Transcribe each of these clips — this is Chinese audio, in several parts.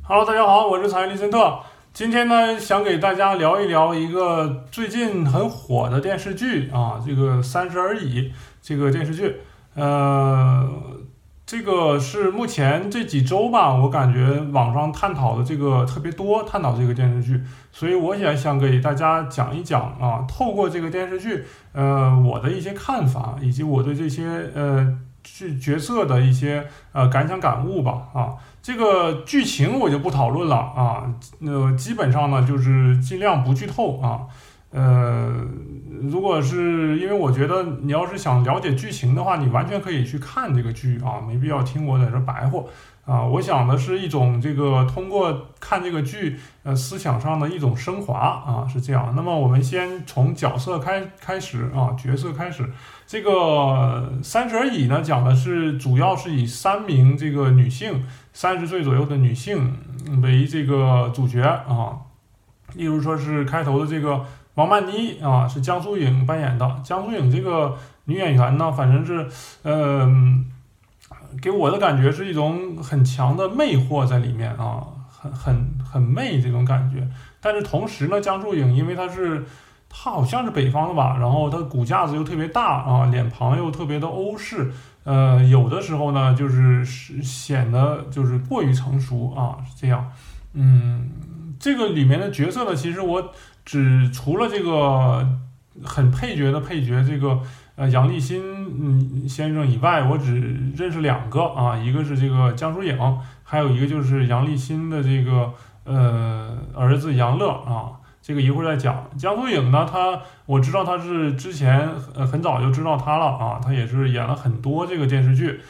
Hello，大家好，我是财利森特。今天呢，想给大家聊一聊一个最近很火的电视剧啊，这个《三十而已》这个电视剧，这个是目前这几周吧，我感觉网上探讨的这个特别多，探讨这个电视剧，所以我也想给大家讲一讲啊，透过这个电视剧，我的一些看法，以及我对这些角色的一些感想感悟吧啊。这个剧情我就不讨论了啊，基本上呢就是尽量不剧透啊。如果是因为我觉得你要是想了解剧情的话，你完全可以去看这个剧啊，没必要听我在这白话啊。我想的是一种这个通过看这个剧，思想上的一种升华啊，是这样。那么我们先从角色开始啊，角色开始。这个《三十而已》呢，讲的是主要是以3名这个女性，30岁左右的女性为这个主角啊。例如说是开头的这个王曼妮啊，是江疏影扮演的。江疏影这个女演员呢，反正是给我的感觉是一种很强的魅惑在里面啊，很媚这种感觉。但是同时呢，江疏影因为她好像是北方的吧，然后她骨架子又特别大啊，脸庞又特别的欧式，有的时候呢就是显得就是过于成熟啊，是这样。这个里面的角色呢，其实我除了这个很配角的配角这个杨立新先生以外，我只认识2个啊，一个是这个江疏影，还有一个就是杨立新的这个儿子杨乐啊。这个一会儿再讲。江疏影呢，我知道她是之前很早就知道她了啊，她也是演了很多这个电视剧。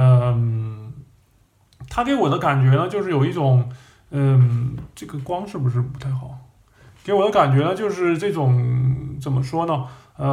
她给我的感觉呢，就是有一种这个光是不是不太好？给我的感觉呢，就是这种怎么说呢？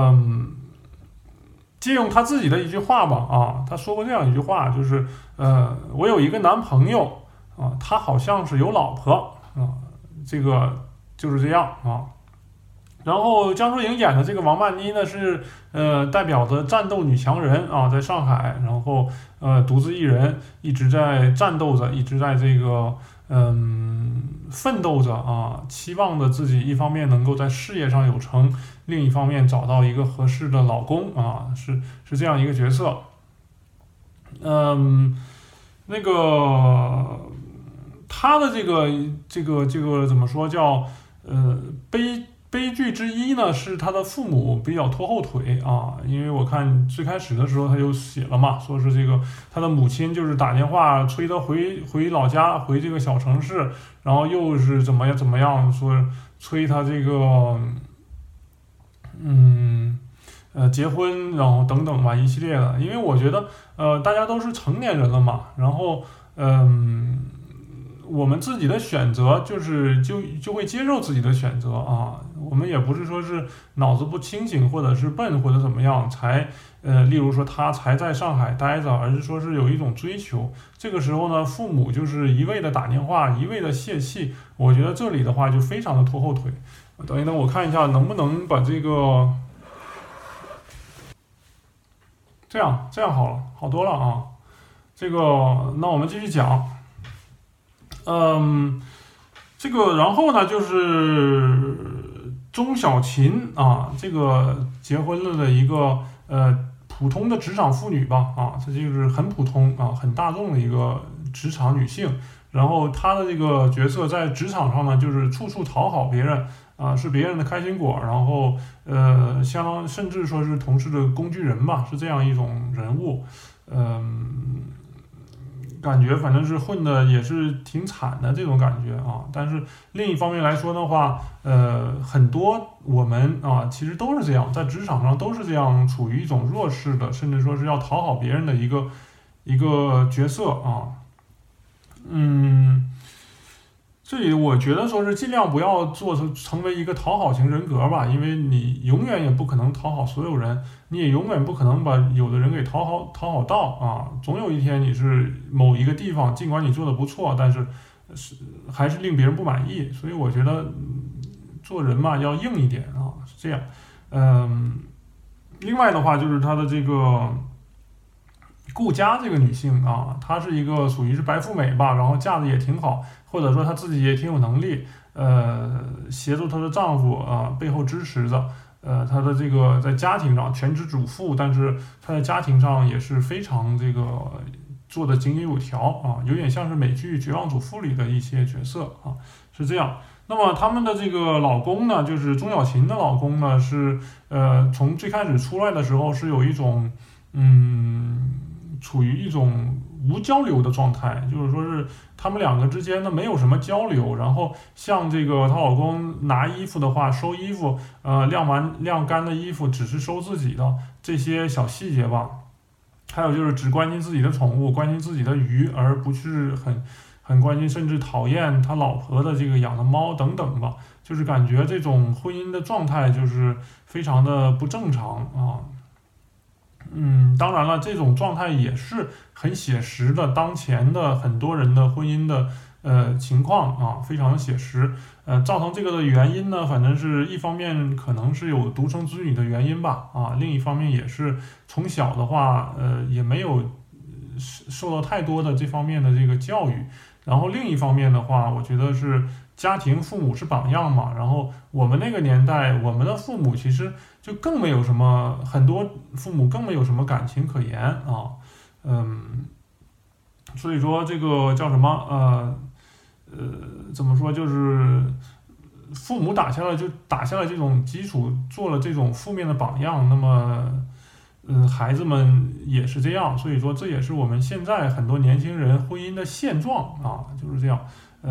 借用她自己的一句话吧啊，她说过这样一句话，就是我有一个男朋友啊，他好像是有老婆啊，这个。就是这样啊，然后江疏影演的这个王曼妮呢是代表的战斗女强人啊，在上海，然后独自一人一直在战斗着，一直在这个奋斗着啊，期望着自己一方面能够在事业上有成，另一方面找到一个合适的老公啊，是这样一个角色。那个他的这个怎么说叫？悲剧之一呢是他的父母比较拖后腿啊，因为我看最开始的时候他就写了嘛，说是这个他的母亲就是打电话催他回老家，回这个小城市，然后又是怎么样说催他这个结婚，然后等等吧一系列的，因为我觉得大家都是成年人了嘛，然后我们自己的选择就会接受自己的选择啊，我们也不是说是脑子不清醒或者是笨或者怎么样才例如说他才在上海待着，而是说是有一种追求。这个时候呢，父母就是一味的打电话，一味的泄气，我觉得这里的话就非常的拖后腿。等一等，我看一下能不能把这个这样好了，好多了啊。这个那我们继续讲。这个然后呢，就是钟小琴啊，这个结婚了的一个普通的职场妇女吧啊，她就是很普通啊，很大众的一个职场女性。然后她的这个角色在职场上呢，就是处处讨好别人啊，是别人的开心果，然后甚至说是同事的工具人吧，是这样一种人物。感觉反正是混的也是挺惨的这种感觉啊，但是另一方面来说的话，很多我们啊其实都是这样，在职场上都是这样，处于一种弱势的，甚至说是要讨好别人的一个角色啊。这里我觉得说是尽量不要成为一个讨好型人格吧，因为你永远也不可能讨好所有人，你也永远不可能把有的人给讨好到啊。总有一天你是某一个地方，尽管你做的不错，但是还是令别人不满意。所以我觉得做人嘛要硬一点啊，是这样。另外的话就是他的这个顾佳这个女性啊，她是一个属于是白富美吧，然后嫁的也挺好，或者说她自己也挺有能力，协助她的丈夫啊，背后支持的，她的这个在家庭上全职主妇，但是她在家庭上也是非常这个做的井井有条啊，有点像是美剧《绝望主妇》里的一些角色啊，是这样。那么他们的这个老公呢，就是钟小琴的老公呢，是从最开始出来的时候是有一种处于一种无交流的状态，就是说是他们两个之间呢没有什么交流，然后像这个她老公拿衣服的话，收衣服，晾干的衣服只是收自己的这些小细节吧，还有就是只关心自己的宠物，关心自己的鱼，而不是很关心，甚至讨厌他老婆的这个养的猫等等吧，就是感觉这种婚姻的状态就是非常的不正常啊。当然了，这种状态也是很写实的，当前的很多人的婚姻的情况啊，非常的写实。造成这个的原因呢，反正是一方面可能是有独生子女的原因吧，啊，另一方面也是从小的话，也没有受到太多的这方面的这个教育。然后另一方面的话，我觉得是家庭父母是榜样嘛。然后我们那个年代，我们的父母其实就更没有什么，很多父母更没有什么感情可言啊。所以说这个叫什么怎么说，就是父母打下了这种基础，做了这种负面的榜样，那么孩子们也是这样，所以说这也是我们现在很多年轻人婚姻的现状啊，就是这样。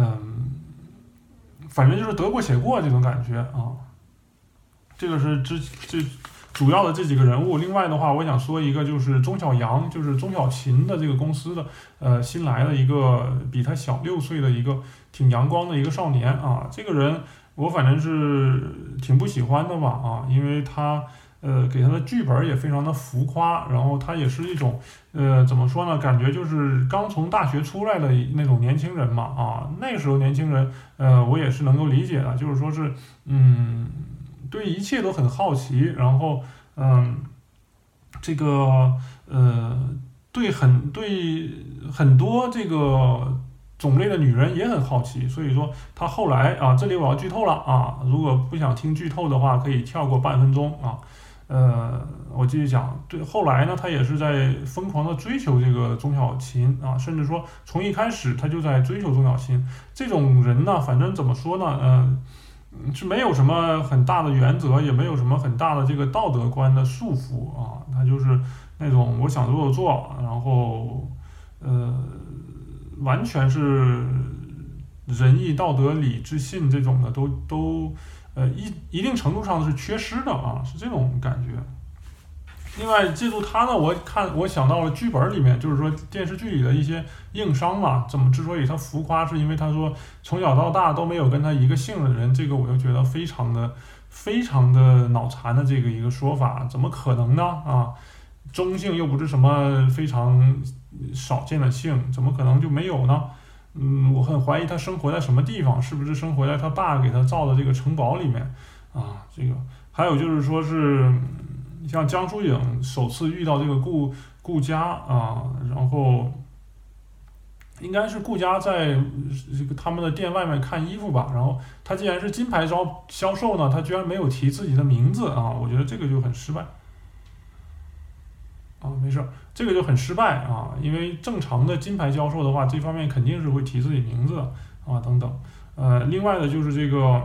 反正就是得过且过这种感觉啊。这个是这主要的这几个人物。另外的话，我想说一个，就是钟晓阳，就是钟小琴的这个公司的新来的一个比他小6岁的一个挺阳光的一个少年啊。这个人我反正是挺不喜欢的吧啊，因为他给他的剧本也非常的浮夸，然后他也是一种怎么说呢，感觉就是刚从大学出来的那种年轻人嘛啊。那时候年轻人我也是能够理解的，就是说是对一切都很好奇，然后这个对很多这个种类的女人也很好奇，所以说他后来啊，这里我要剧透了啊，如果不想听剧透的话，可以跳过半分钟啊。我继续讲，对，后来呢，他也是在疯狂的追求这个钟小琴啊，甚至说从一开始他就在追求钟小琴。这种人呢，反正怎么说呢，是没有什么很大的原则，也没有什么很大的这个道德观的束缚啊，他就是那种我想做就做，然后完全是仁义道德理智信这种的都一定程度上是缺失的啊，是这种感觉。另外，借助他呢，我想到了剧本里面，就是说电视剧里的一些硬伤嘛。之所以他浮夸，是因为他说从小到大都没有跟他一个姓的人，这个我就觉得非常的脑残的这个一个说法，怎么可能呢？啊，钟姓又不是什么非常少见的姓，怎么可能就没有呢？我很怀疑他生活在什么地方，是不是生活在他爸给他造的这个城堡里面啊？这个还有就是说是。像江疏影首次遇到这个顾佳啊，然后应该是顾佳在这个他们的店外面看衣服吧，然后他既然是金牌销售呢，他居然没有提自己的名字啊，我觉得这个就很失败啊，没事，这个就很失败啊，因为正常的金牌销售的话，这方面肯定是会提自己名字啊等等。另外的就是这个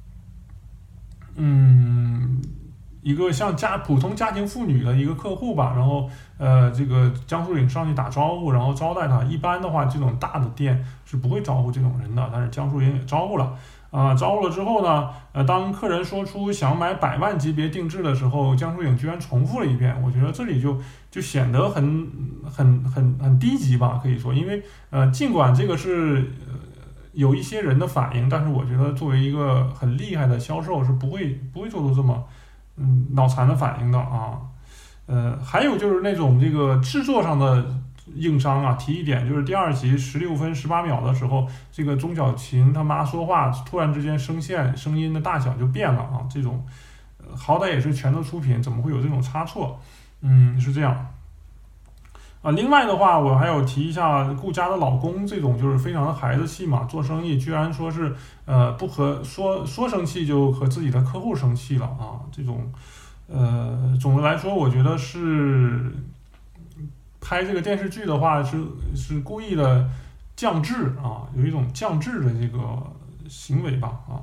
一个像普通家庭妇女的一个客户吧，然后这个江疏影上去打招呼，然后招待他。一般的话，这种大的店是不会招呼这种人的，但是江疏影也招呼了。招呼了之后呢，当客人说出想买100万级别定制的时候，江疏影居然重复了一遍。我觉得这里就显得很低级吧，可以说，因为尽管这个是有一些人的反应，但是我觉得作为一个很厉害的销售是不会做出这么脑残的反应的啊。还有就是那种这个制作上的硬伤啊，提一点，就是第2集16分18秒的时候，这个钟小琴他妈说话突然之间声音的大小就变了啊，这种好歹也是拳头出品，怎么会有这种差错？是这样。 另外的话，我还有提一下顾家的老公这种就是非常的孩子气嘛，做生意居然说是不和说生气就和自己的客户生气了啊，这种总的来说，我觉得是拍这个电视剧的话是故意的降智啊，有一种降智的这个行为吧啊。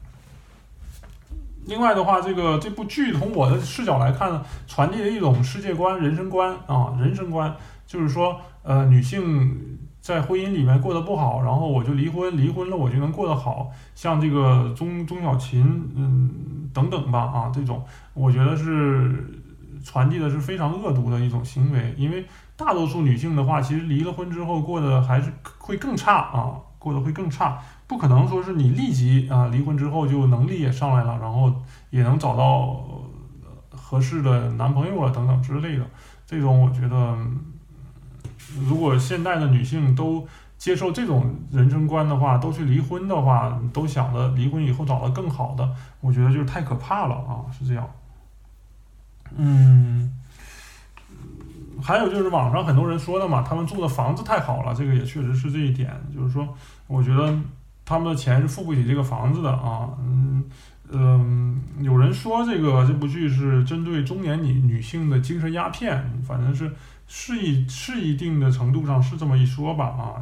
另外的话，这部剧从我的视角来看，传递了一种世界观、人生观啊，人生观就是说，女性在婚姻里面过得不好，然后我就离婚，离婚了我就能过得好，像这个钟小琴，等等吧啊，这种我觉得是传递的是非常恶毒的一种行为，因为大多数女性的话，其实离了婚之后过得还是会更差啊，过得会更差。不可能说是你立即离婚之后就能力也上来了，然后也能找到合适的男朋友了等等之类的。这种我觉得，如果现代的女性都接受这种人生观的话，都去离婚的话，都想着离婚以后找到更好的，我觉得就是太可怕了啊，是这样。还有就是网上很多人说的嘛，他们住的房子太好了，这个也确实是这一点，就是说，我觉得他们的钱是付不起这个房子的啊，有人说这部剧是针对中年女性的精神鸦片，反正是一定的程度上是这么一说吧啊，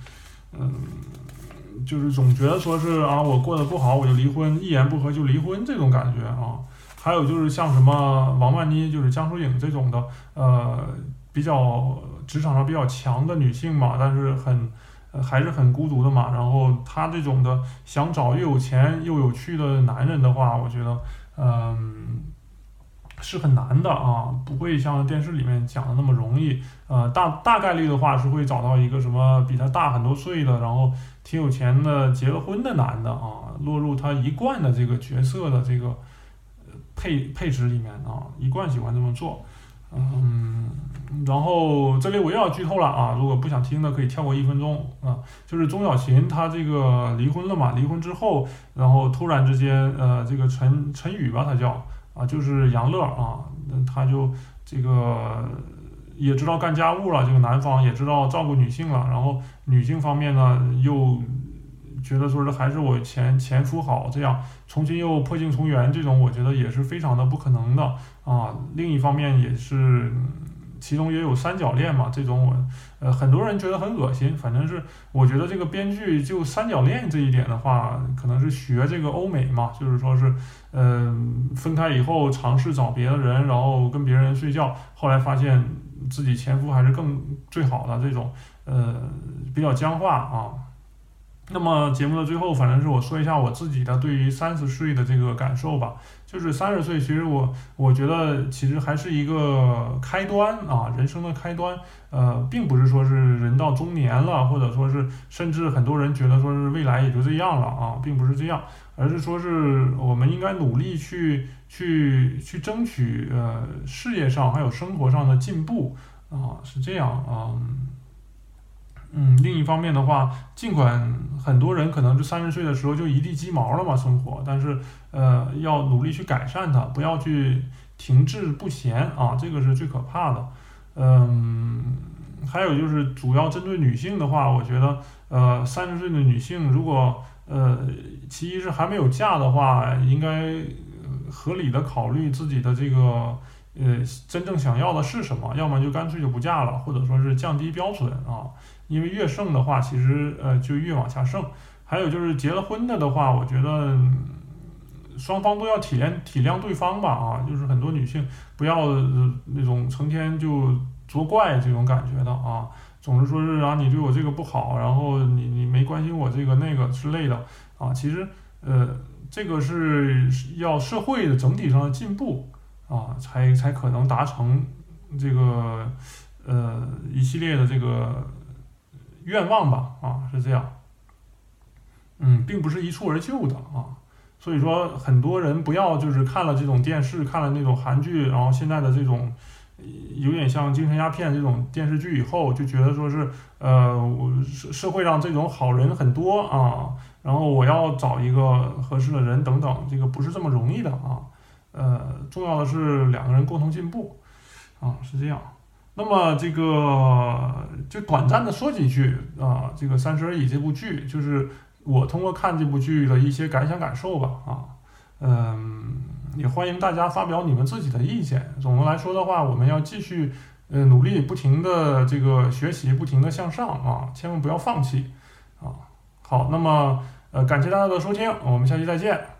就是总觉得说是啊，我过得不好我就离婚，一言不合就离婚这种感觉啊。还有就是像什么王曼妮，就是江疏影这种的，比较职场上比较强的女性嘛，但是还是很孤独的嘛。然后她这种的想找又有钱又有趣的男人的话，我觉得，是很难的啊，不会像电视里面讲的那么容易。大概率的话是会找到一个什么比他大很多岁的，然后挺有钱的，结了婚的男的啊，落入他一贯的这个角色的这个配置里面啊，一贯喜欢这么做。然后这里我又要剧透了啊，如果不想听的可以跳过1分钟啊。就是钟小琴她这个离婚了嘛，离婚之后，然后突然之间，这个陈宇吧，他叫啊，就是杨乐啊，他就这个也知道干家务了，这个男方也知道照顾女性了，然后女性方面呢又觉得说是还是我前夫好，这样重新又破镜重圆，这种我觉得也是非常的不可能的啊。另一方面也是，其中也有三角恋嘛，这种很多人觉得很恶心，反正是我觉得这个编剧就三角恋这一点的话，可能是学这个欧美嘛，就是说是分开以后尝试找别的人，然后跟别人睡觉，后来发现自己前夫还是最好的这种，比较僵化啊。那么节目的最后，反正是我说一下我自己的对于30岁的这个感受吧。就是30岁，其实我觉得其实还是一个开端啊，人生的开端。并不是说是人到中年了，或者说是甚至很多人觉得说是未来也就这样了啊，并不是这样，而是说是我们应该努力去争取事业上还有生活上的进步啊，是这样啊。另一方面的话，尽管很多人可能就30岁的时候就一地鸡毛了嘛，生活，但是要努力去改善它，不要去停滞不前啊，这个是最可怕的。还有就是主要针对女性的话，我觉得30岁的女性如果其一是还没有嫁的话，应该合理的考虑自己的这个真正想要的是什么，要么就干脆就不嫁了，或者说是降低标准啊。因为越剩的话，其实就越往下剩。还有就是结了婚的话，我觉得双方都要体谅对方吧啊，就是很多女性不要那种成天就作怪这种感觉的啊，总是说是啊你对我这个不好，然后你没关心我这个那个之类的啊，其实这个是要社会的整体上的进步啊，才可能达成这个一系列的这个愿望吧啊，是这样。并不是一蹴而就的啊。所以说，很多人不要就是看了这种电视，看了那种韩剧，然后现在的这种有点像精神鸦片这种电视剧以后，就觉得说是社会上这种好人很多啊，然后我要找一个合适的人等等，这个不是这么容易的啊。重要的是两个人共同进步啊，是这样。 那么这个就短暂的说几句啊，这个《三十而已》这部剧，就是我通过看这部剧的一些感想感受吧啊，也欢迎大家发表你们自己的意见。总的来说的话，我们要继续努力，不停的这个学习，不停的向上啊，千万不要放弃啊。好，那么感谢大家的收听，我们下期再见。